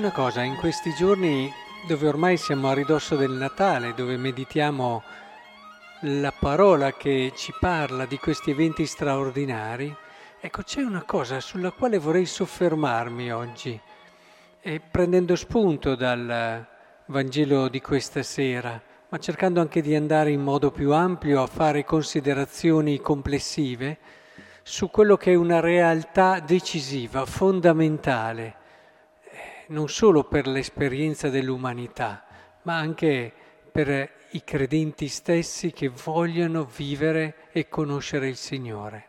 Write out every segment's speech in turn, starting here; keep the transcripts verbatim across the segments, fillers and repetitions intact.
una cosa, in questi giorni dove ormai siamo a ridosso del Natale, dove meditiamo la parola che ci parla di questi eventi straordinari, ecco, c'è una cosa sulla quale vorrei soffermarmi oggi, e prendendo spunto dal Vangelo di questa sera, ma cercando anche di andare in modo più ampio a fare considerazioni complessive su quello che è una realtà decisiva, fondamentale, non solo per l'esperienza dell'umanità, ma anche per i credenti stessi che vogliono vivere e conoscere il Signore.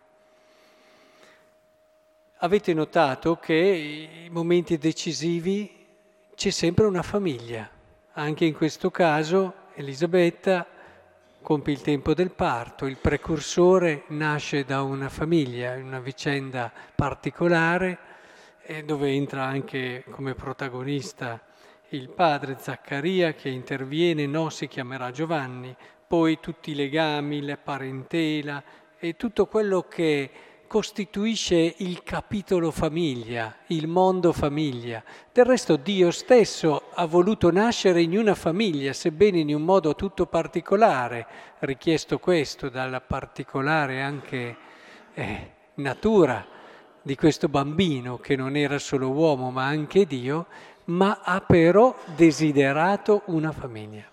Avete notato che in momenti decisivi c'è sempre una famiglia. Anche in questo caso Elisabetta compie il tempo del parto, il precursore nasce da una famiglia, in una vicenda particolare, dove entra anche come protagonista il padre Zaccaria che interviene, no, si chiamerà Giovanni, poi tutti i legami, la parentela e tutto quello che costituisce il capitolo famiglia, il mondo famiglia. Del resto Dio stesso ha voluto nascere in una famiglia, sebbene in un modo tutto particolare, richiesto questo dalla particolare anche eh, natura di questo bambino che non era solo uomo ma anche Dio, ma ha però desiderato una famiglia.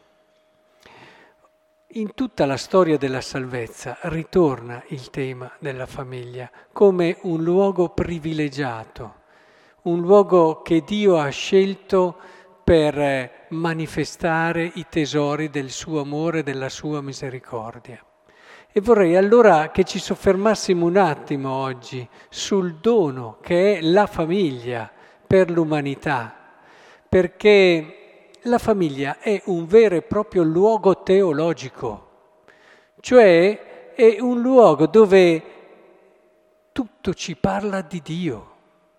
In tutta la storia della salvezza ritorna il tema della famiglia come un luogo privilegiato, un luogo che Dio ha scelto per manifestare i tesori del suo amore e della sua misericordia. E vorrei allora che ci soffermassimo un attimo oggi sul dono che è la famiglia per l'umanità, perché la famiglia è un vero e proprio luogo teologico, cioè è un luogo dove tutto ci parla di Dio.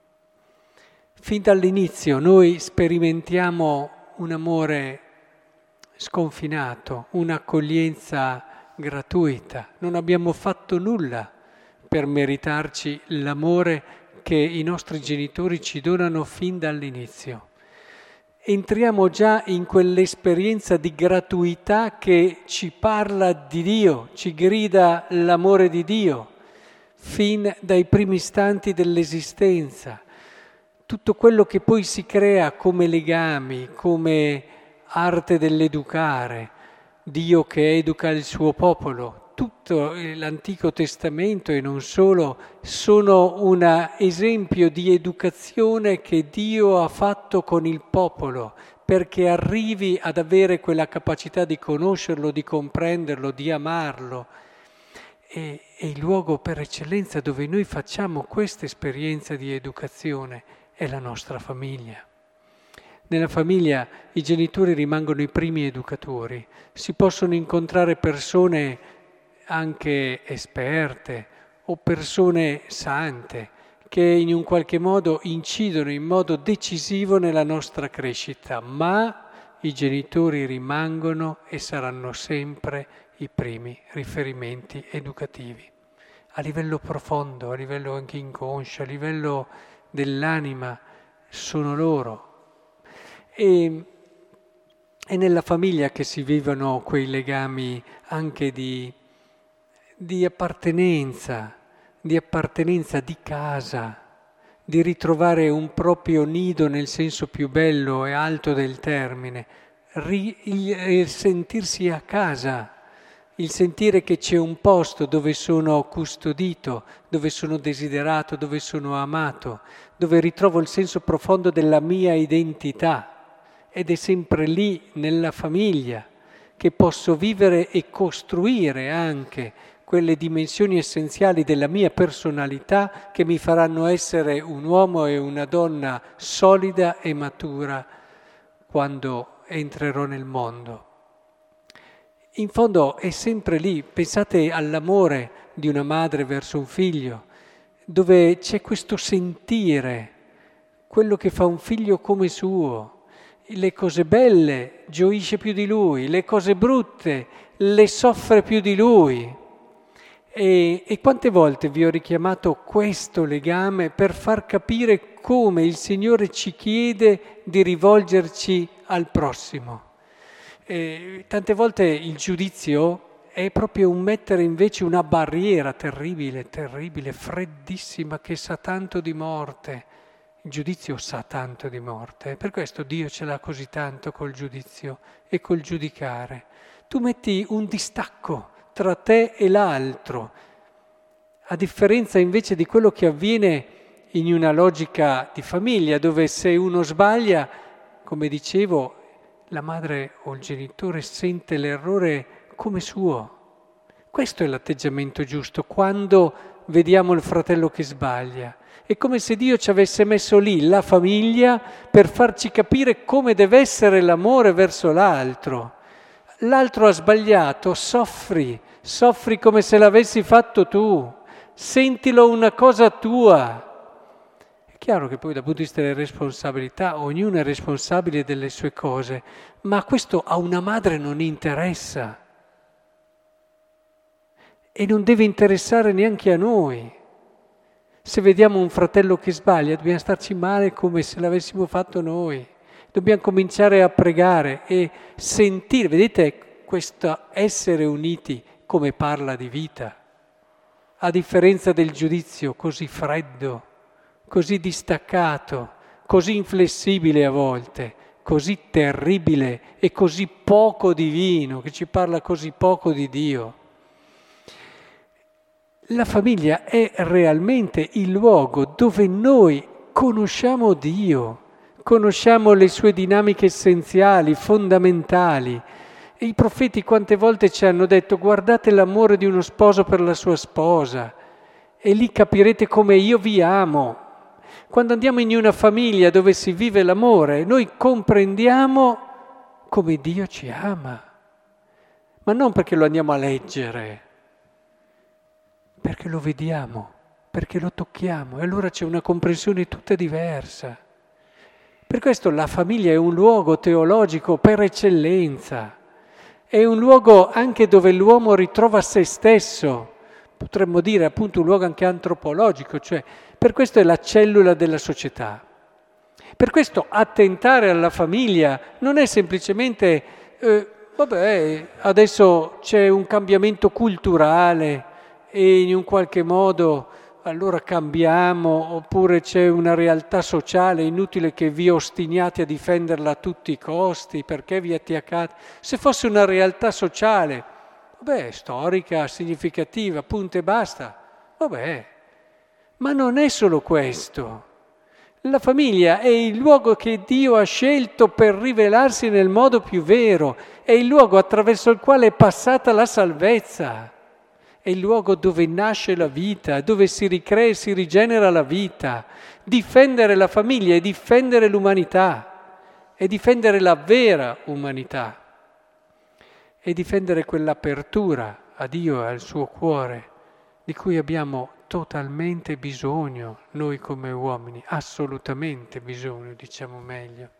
Fin dall'inizio noi sperimentiamo un amore sconfinato, un'accoglienza gratuita, non abbiamo fatto nulla per meritarci l'amore che i nostri genitori ci donano fin dall'inizio. Entriamo già in quell'esperienza di gratuità che ci parla di Dio, ci grida l'amore di Dio, fin dai primi istanti dell'esistenza. Tutto quello che poi si crea come legami, come arte dell'educare, Dio che educa il suo popolo, tutto l'Antico Testamento e non solo, sono un esempio di educazione che Dio ha fatto con il popolo, perché arrivi ad avere quella capacità di conoscerlo, di comprenderlo, di amarlo. E, e il luogo per eccellenza dove noi facciamo questa esperienza di educazione è la nostra famiglia. Nella famiglia i genitori rimangono i primi educatori, si possono incontrare persone anche esperte o persone sante che in un qualche modo incidono in modo decisivo nella nostra crescita, ma i genitori rimangono e saranno sempre i primi riferimenti educativi. A livello profondo, a livello anche inconscio, a livello dell'anima, sono loro. E, è nella famiglia che si vivono quei legami anche di, di appartenenza, di appartenenza di casa, di ritrovare un proprio nido nel senso più bello e alto del termine, ri, il, il sentirsi a casa, il sentire che c'è un posto dove sono custodito, dove sono desiderato, dove sono amato, dove ritrovo il senso profondo della mia identità. Ed è sempre lì, nella famiglia, che posso vivere e costruire anche quelle dimensioni essenziali della mia personalità che mi faranno essere un uomo e una donna solida e matura quando entrerò nel mondo. In fondo è sempre lì, pensate all'amore di una madre verso un figlio, dove c'è questo sentire, quello che fa un figlio come suo. Le cose belle gioisce più di lui, le cose brutte le soffre più di lui. E, e quante volte vi ho richiamato questo legame per far capire come il Signore ci chiede di rivolgerci al prossimo. E tante volte il giudizio è proprio un mettere invece una barriera terribile, terribile, freddissima, che sa tanto di morte. Il giudizio sa tanto di morte, per questo Dio ce l'ha così tanto col giudizio e col giudicare. Tu metti un distacco tra te e l'altro, a differenza invece di quello che avviene in una logica di famiglia, dove se uno sbaglia, come dicevo, la madre o il genitore sente l'errore come suo. Questo è l'atteggiamento giusto, quando vediamo il fratello che sbaglia. È come se Dio ci avesse messo lì la famiglia per farci capire come deve essere l'amore verso l'altro. L'altro ha sbagliato, soffri, soffri come se l'avessi fatto tu, sentilo una cosa tua. È chiaro che poi dal punto di vista delle responsabilità, ognuno è responsabile delle sue cose, ma questo a una madre non interessa e non deve interessare neanche a noi. Se vediamo un fratello che sbaglia, dobbiamo starci male come se l'avessimo fatto noi. Dobbiamo cominciare a pregare e sentire, vedete, questo essere uniti come parla di vita, a differenza del giudizio così freddo, così distaccato, così inflessibile a volte, così terribile e così poco divino, che ci parla così poco di Dio. La famiglia è realmente il luogo dove noi conosciamo Dio, conosciamo le sue dinamiche essenziali, fondamentali. E i profeti quante volte ci hanno detto: guardate l'amore di uno sposo per la sua sposa e lì capirete come io vi amo. Quando andiamo in una famiglia dove si vive l'amore, noi comprendiamo come Dio ci ama, ma non perché lo andiamo a leggere, perché lo vediamo, perché lo tocchiamo, e allora c'è una comprensione tutta diversa. Per questo la famiglia è un luogo teologico per eccellenza, è un luogo anche dove l'uomo ritrova se stesso, potremmo dire appunto un luogo anche antropologico, cioè per questo è la cellula della società. Per questo attentare alla famiglia non è semplicemente, eh, vabbè, adesso c'è un cambiamento culturale, e in un qualche modo allora cambiamo, oppure c'è una realtà sociale, inutile che vi ostiniate a difenderla a tutti i costi, perché vi attaccate. Se fosse una realtà sociale, vabbè, storica, significativa, punto e basta, vabbè. Ma non è solo questo. La famiglia è il luogo che Dio ha scelto per rivelarsi nel modo più vero, è il luogo attraverso il quale è passata la salvezza. È il luogo dove nasce la vita, dove si ricrea e si rigenera la vita. Difendere la famiglia è difendere l'umanità, è difendere la vera umanità, è difendere quell'apertura a Dio e al suo cuore, di cui abbiamo totalmente bisogno, noi come uomini, assolutamente bisogno, diciamo meglio.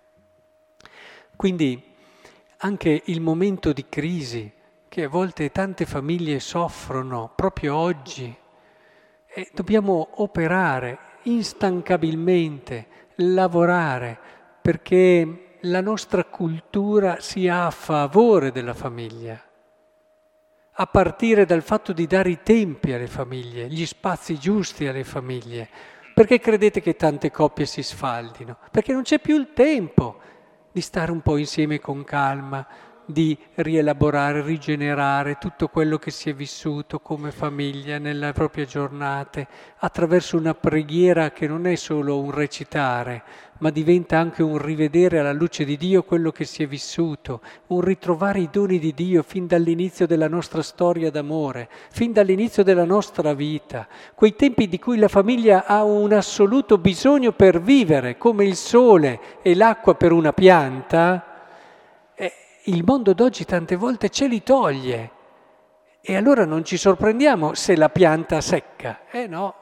Quindi anche il momento di crisi, che a volte tante famiglie soffrono proprio oggi, e dobbiamo operare instancabilmente, lavorare perché la nostra cultura sia a favore della famiglia, a partire dal fatto di dare i tempi alle famiglie, gli spazi giusti alle famiglie. Perché credete che tante coppie si sfaldino? Perché non c'è più il tempo di stare un po' insieme con calma, di rielaborare, rigenerare tutto quello che si è vissuto come famiglia nelle proprie giornate, attraverso una preghiera che non è solo un recitare, ma diventa anche un rivedere alla luce di Dio quello che si è vissuto, un ritrovare i doni di Dio fin dall'inizio della nostra storia d'amore, fin dall'inizio della nostra vita, quei tempi di cui la famiglia ha un assoluto bisogno per vivere, come il sole e l'acqua per una pianta. Il mondo d'oggi tante volte ce li toglie e allora non ci sorprendiamo se la pianta secca. Eh no,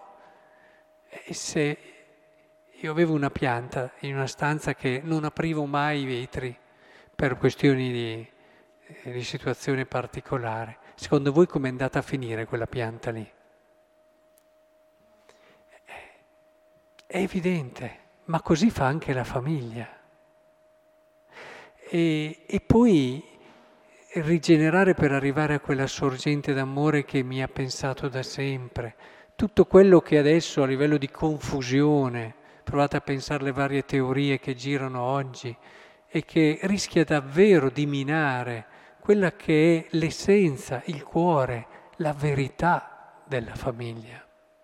e se io avevo una pianta in una stanza che non aprivo mai i vetri per questioni di, di situazione particolare. Secondo voi com'è andata a finire quella pianta lì? È evidente, ma così fa anche la famiglia. E, e poi rigenerare per arrivare a quella sorgente d'amore che mi ha pensato da sempre. Tutto quello che adesso a livello di confusione, provate a pensare alle varie teorie che girano oggi e che rischia davvero di minare quella che è l'essenza, il cuore, la verità della famiglia.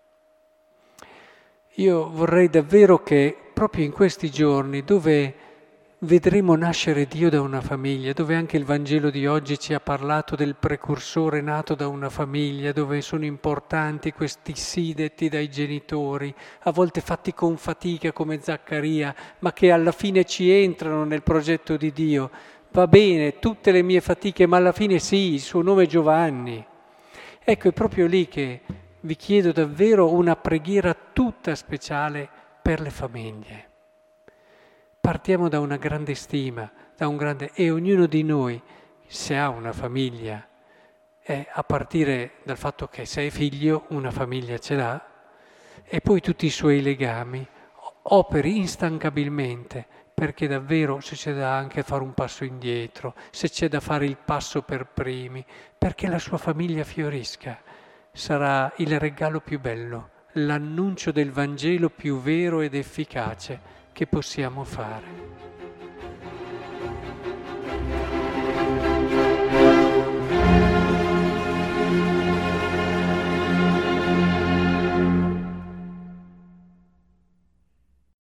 Io vorrei davvero che proprio in questi giorni, dove vedremo nascere Dio da una famiglia, dove anche il Vangelo di oggi ci ha parlato del precursore nato da una famiglia, dove sono importanti questi sì detti dai genitori, a volte fatti con fatica come Zaccaria, ma che alla fine ci entrano nel progetto di Dio. Va bene, tutte le mie fatiche, ma alla fine sì, il suo nome è Giovanni. Ecco, è proprio lì che vi chiedo davvero una preghiera tutta speciale per le famiglie. Partiamo da una grande stima, da un grande... e ognuno di noi, se ha una famiglia, è a partire dal fatto che se è figlio, una famiglia ce l'ha, e poi tutti i suoi legami, operi instancabilmente, perché davvero se c'è da anche fare un passo indietro, se c'è da fare il passo per primi, perché la sua famiglia fiorisca, sarà il regalo più bello, l'annuncio del Vangelo più vero ed efficace che possiamo fare.